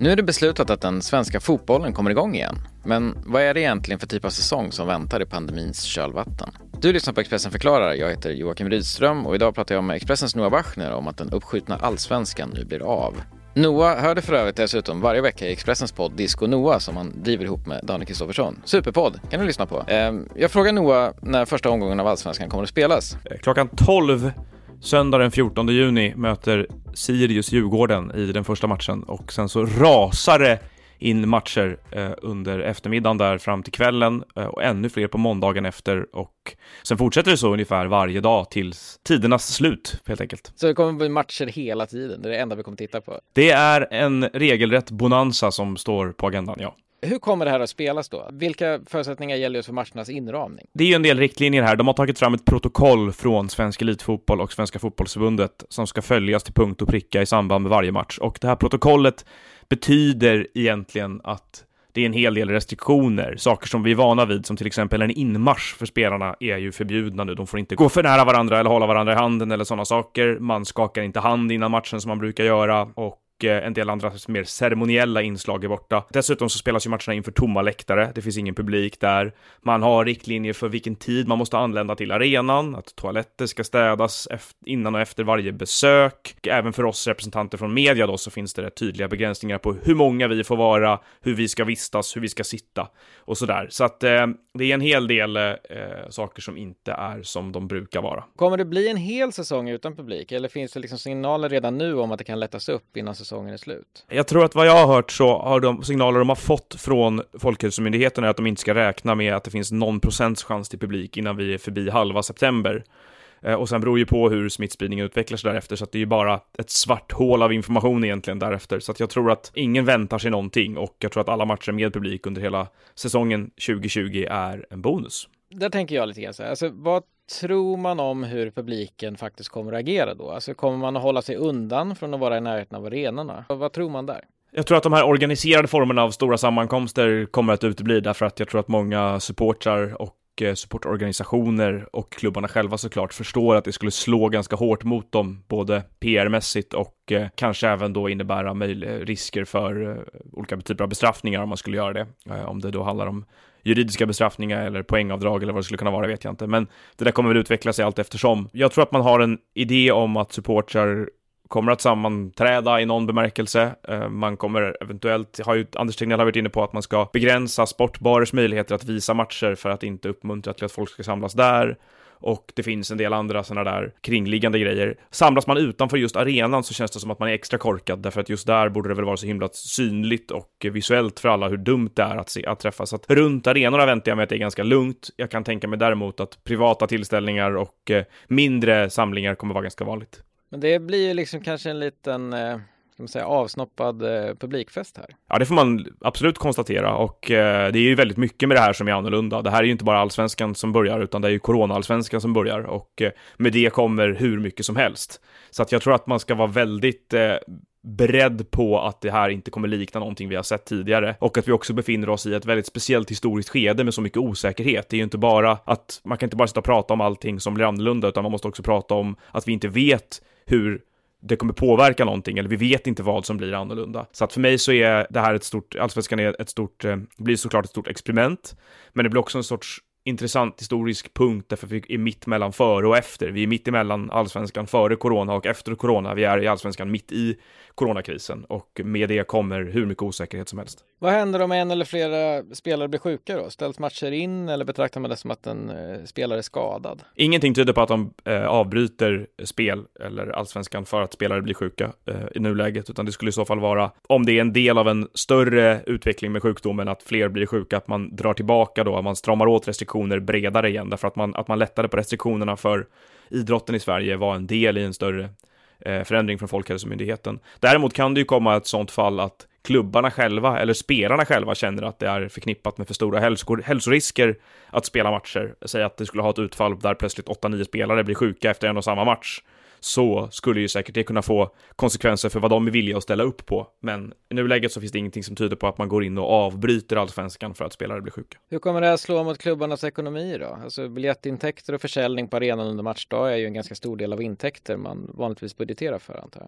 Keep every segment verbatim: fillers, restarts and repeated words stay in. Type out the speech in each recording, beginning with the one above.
Nu är det beslutat att den svenska fotbollen kommer igång igen. Men vad är det egentligen för typ av säsong som väntar i pandemins kölvatten? Du lyssnar på Expressen förklarar. Jag heter Joakim Rydström och idag pratar jag med Expressens Noah Wachner om att den uppskjutna allsvenskan nu blir av. Noah hörde för övrigt dessutom varje vecka i Expressens podd Disco Noah som han driver ihop med Daniel Kristoffersson. Superpodd, kan du lyssna på. Jag frågar Noah när första omgången av allsvenskan kommer att spelas. Klockan tolv söndag den fjortonde juni möter Sirius Djurgården i den första matchen och sen så rasar det in matcher eh, under eftermiddagen där fram till kvällen eh, och ännu fler på måndagen efter och sen fortsätter det så ungefär varje dag till tidernas slut helt enkelt. Så det kommer bli matcher hela tiden, det är det enda vi kommer titta på? Det är en regelrätt bonanza som står på agendan, ja. Hur kommer det här att spelas då? Vilka förutsättningar gäller just för matchernas inramning? Det är ju en del riktlinjer här. De har tagit fram ett protokoll från Svensk Elitfotboll och Svenska Fotbollsförbundet som ska följas till punkt och pricka i samband med varje match. Och det här protokollet betyder egentligen att det är en hel del restriktioner. Saker som vi är vana vid, som till exempel en inmarsch för spelarna, är ju förbjudna nu. De får inte gå för nära varandra eller hålla varandra i handen eller sådana saker. Man skakar inte hand innan matchen som man brukar göra och en del andra mer ceremoniella inslag är borta. Dessutom så spelas ju matcherna inför tomma läktare. Det finns ingen publik där. Man har riktlinjer för vilken tid man måste anlända till arenan. Att toaletter ska städas innan och efter varje besök. Även för oss representanter från media då så finns det rätt tydliga begränsningar på hur många vi får vara, hur vi ska vistas, hur vi ska sitta och sådär. Så att eh, det är en hel del eh, saker som inte är som de brukar vara. Kommer det bli en hel säsong utan publik? Eller finns det liksom signaler redan nu om att det kan lättas upp innan säsongen är slut? Jag tror att vad jag har hört så har de signaler de har fått från Folkhälsomyndigheten är att de inte ska räkna med att det finns någon procents chans till publik innan vi är förbi halva september. Och sen beror ju på hur smittspridningen utvecklas därefter, så att det är ju bara ett svart hål av information egentligen därefter. Så att jag tror att ingen väntar sig någonting och jag tror att alla matcher med publik under hela säsongen tjugo tjugo är en bonus. Där tänker jag lite grann så här. Alltså, vad tror man om hur publiken faktiskt kommer att agera då? Alltså, kommer man att hålla sig undan från att vara i närheten av arenorna? Vad tror man där? Jag tror att de här organiserade formerna av stora sammankomster kommer att utebli därför att jag tror att många supportrar och supportorganisationer och klubbarna själva såklart förstår att det skulle slå ganska hårt mot dem både P R-mässigt och eh, kanske även då innebära möjliga risker för eh, olika typer av bestraffningar om man skulle göra det. Eh, om det då handlar om juridiska bestraffningar eller poängavdrag eller vad det skulle kunna vara, vet jag inte. Men det där kommer väl utveckla sig allt eftersom. Jag tror att man har en idé om att supportrar kommer att sammanträda i någon bemärkelse. Man kommer eventuellt, har ju Anders Tegnell har varit inne på att man ska begränsa sportbarers möjligheter att visa matcher för att inte uppmuntra till att folk ska samlas där. Och det finns en del andra sådana där kringliggande grejer. Samlas man utanför just arenan så känns det som att man är extra korkad, därför att just där borde det väl vara så himla synligt och visuellt för alla hur dumt det är att, se, att träffas. Så att runt arenorna väntar jag mig att det är ganska lugnt. Jag kan tänka mig däremot att privata tillställningar och mindre samlingar kommer vara ganska vanligt. Men det blir ju liksom kanske en liten eh, ska man säga, avsnoppad eh, publikfest här. Ja, det får man absolut konstatera och eh, det är ju väldigt mycket med det här som är annorlunda. Det här är ju inte bara allsvenskan som börjar utan det är ju corona-allsvenskan som börjar och eh, med det kommer hur mycket som helst. Så att jag tror att man ska vara väldigt eh, beredd på att det här inte kommer likna någonting vi har sett tidigare och att vi också befinner oss i ett väldigt speciellt historiskt skede med så mycket osäkerhet. Det är ju inte bara att man kan inte bara sitta och prata om allting som blir annorlunda utan man måste också prata om att vi inte vet hur det kommer påverka någonting eller vi vet inte vad som blir annorlunda. Så att för mig så är det här ett stort, allsvenskan är ett stort, det blir såklart ett stort experiment, men det blir också en sorts intressant historisk punkt därför att vi är mitt mellan före och efter. Vi är mitt emellan allsvenskan före corona och efter corona. Vi är i allsvenskan mitt i coronakrisen och med det kommer hur mycket osäkerhet som helst. Vad händer om en eller flera spelare blir sjuka då? Ställs matcher in eller betraktar man det som att en eh, spelare är skadad? Ingenting tyder på att de eh, avbryter spel eller allsvenskan för att spelare blir sjuka eh, i nuläget, utan det skulle i så fall vara om det är en del av en större utveckling med sjukdomen att fler blir sjuka, att man drar tillbaka då, att man stramar åt restriktioner bredare igen, därför att man, att man lättade på restriktionerna för idrotten i Sverige var en del i en större eh, förändring från Folkhälsomyndigheten. Däremot kan det ju komma ett sånt fall att klubbarna själva eller spelarna själva känner att det är förknippat med för stora hälso- hälsorisker att spela matcher. Säg att det skulle ha ett utfall där plötsligt åtta nio spelare blir sjuka efter en och samma match. Så skulle ju säkert det kunna få konsekvenser för vad de är villiga att ställa upp på. Men i nuläget så finns det ingenting som tyder på att man går in och avbryter allsvenskan för att spelare blir sjuka. Hur kommer det här slå mot klubbarnas ekonomi då? Alltså biljettintäkter och försäljning på arenan under matchdag är ju en ganska stor del av intäkter man vanligtvis budgeterar för, antar jag.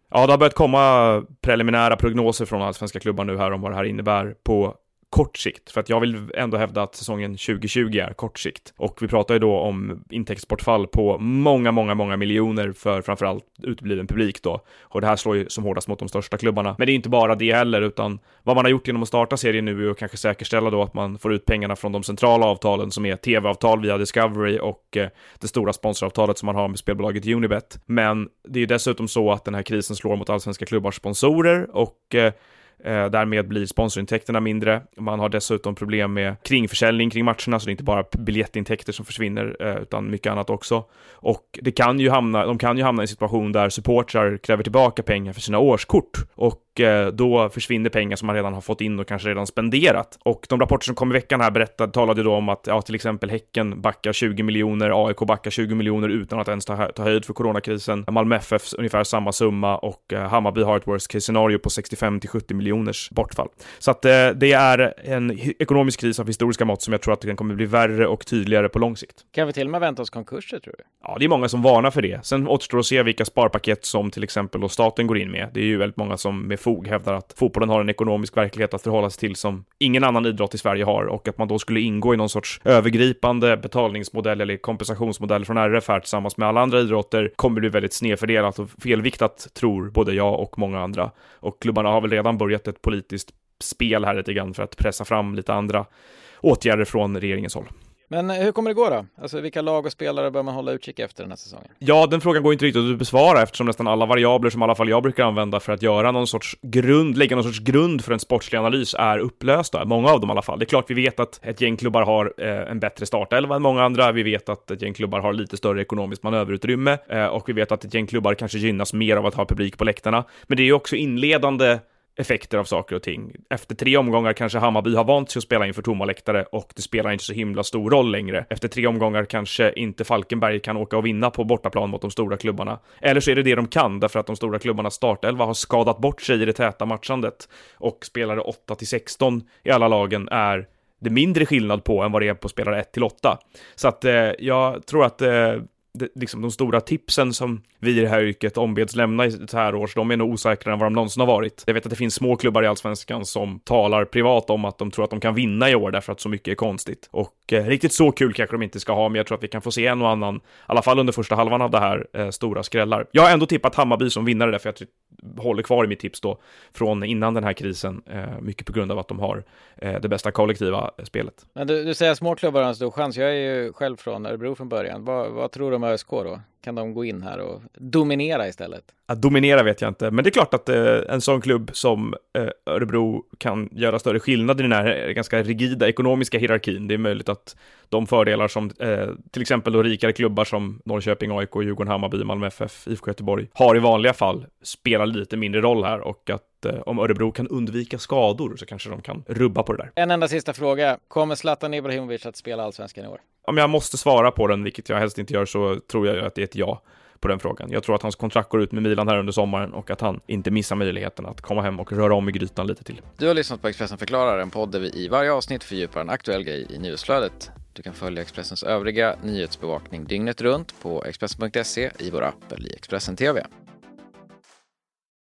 Ja, det har börjat komma preliminära prognoser från allsvenska klubbar nu här om vad det här innebär på kort sikt, för att jag vill ändå hävda att säsongen tjugo tjugo är kort sikt. Och vi pratar ju då om intäktsbortfall på många, många, många miljoner för framförallt utebliven publik då. Och det här slår ju som hårdast mot de största klubbarna. Men det är inte bara det heller, utan vad man har gjort genom att starta serien nu är att kanske säkerställa då att man får ut pengarna från de centrala avtalen som är tv-avtal via Discovery och eh, det stora sponsoravtalet som man har med spelbolaget Unibet. Men det är ju dessutom så att den här krisen slår mot allsvenska klubbars sponsorer och eh, Eh, därmed blir sponsorintäkterna mindre. Man har dessutom problem med kringförsäljning kring matcherna, så det är inte bara biljettintäkter som försvinner eh, utan mycket annat också. Och det kan ju hamna, de kan ju hamna i en situation där supportrar kräver tillbaka pengar för sina årskort och eh, då försvinner pengar som man redan har fått in och kanske redan spenderat. Och de rapporter som kom i veckan här berättade, talade då om att ja, till exempel Häcken backar tjugo miljoner, A I K backar tjugo miljoner utan att ens ta, ta höjd för coronakrisen. Malmö F F ungefär samma summa och eh, Hammarby har ett worst case scenario på sextiofem till sjuttio miljoners bortfall. Så att eh, det är en ekonomisk kris av historiska mått som jag tror att det kommer bli värre och tydligare på lång sikt. Kan vi till och med vänta oss konkurser, tror du? Ja, det är många som varnar för det. Sen återstår att se vilka sparpaket som till exempel då staten går in med. Det är ju väldigt många som med fog hävdar att fotbollen har en ekonomisk verklighet att förhålla sig till som ingen annan idrott i Sverige har, och att man då skulle ingå i någon sorts övergripande betalningsmodell eller kompensationsmodell från R F här tillsammans med alla andra idrotter kommer bli väldigt snedfördelat och felviktat, tror både jag och många andra. Och klubbarna har väl redan börjat ett politiskt spel här lite grann för att pressa fram lite andra åtgärder från regeringens håll. Men hur kommer det gå då? Alltså vilka lag och spelare bör man hålla utkik efter den här säsongen? Ja, den frågan går inte riktigt att besvara eftersom nästan alla variabler som i alla fall jag brukar använda för att göra någon sorts grund, lägga någon sorts grund för en sportslig analys är upplösta. Många av dem i alla fall. Det är klart vi vet att ett gäng klubbar har eh, en bättre startelva än många andra. Vi vet att ett gäng klubbar har lite större ekonomiskt manöverutrymme eh, och vi vet att ett gäng klubbar kanske gynnas mer av att ha publik på läktarna. Men det är ju också inledande effekter av saker och ting. Efter tre omgångar kanske Hammarby har vant sig att spela inför tomma läktare och det spelar inte så himla stor roll längre. Efter tre omgångar kanske inte Falkenberg kan åka och vinna på bortaplan mot de stora klubbarna. Eller så är det det de kan, därför att de stora klubbarnas startelva har skadat bort sig i det täta matchandet och spelare åtta till sexton i alla lagen är det mindre skillnad på än vad det är på spelare ett till åtta. Så att eh, jag tror att eh, Det, liksom de stora tipsen som vi i det här yrket ombeds lämna i så här års, de är nog osäkrare än vad de någonsin har varit. Jag vet att det finns små klubbar i Allsvenskan som talar privat om att de tror att de kan vinna i år därför att så mycket är konstigt. Och eh, riktigt så kul kanske de inte ska ha, men jag tror att vi kan få se en och annan, i alla fall under första halvan av det här, eh, stora skrällar. Jag har ändå tippat Hammarby som vinnare därför att jag håller kvar i mitt tips då från innan den här krisen, eh, mycket på grund av att de har eh, det bästa kollektiva eh, spelet. Men du, du säger att små klubbar har en stor chans. Jag är ju själv från Örebro från början. Vad, vad tror du om ÖSK då? Kan de gå in här och dominera istället? Att dominera vet jag inte, men det är klart att eh, en sån klubb som eh, Örebro kan göra större skillnad i den här ganska rigida ekonomiska hierarkin. Det är möjligt att de fördelar som eh, till exempel då rikare klubbar som Norrköping, A I K, Djurgården, Hammarby, Malmö F F, I F K Göteborg har i vanliga fall spelar lite mindre roll här, och att eh, om Örebro kan undvika skador så kanske de kan rubba på det där. En enda sista fråga. Kommer Zlatan Ibrahimovic att spela Allsvenskan i år? Om jag måste svara på den, vilket jag helst inte gör, så tror jag att det är ett ja på den frågan. Jag tror att hans kontrakt går ut med Milan här under sommaren och att han inte missar möjligheten att komma hem och röra om i grytan lite till. Du har lyssnat på Expressen förklarar, en podd där vi i varje avsnitt fördjupar en aktuell grej i nyhetsflödet. Du kan följa Expressens övriga nyhetsbevakning dygnet runt på Expressen punkt se, i vår app eller i Expressen T V.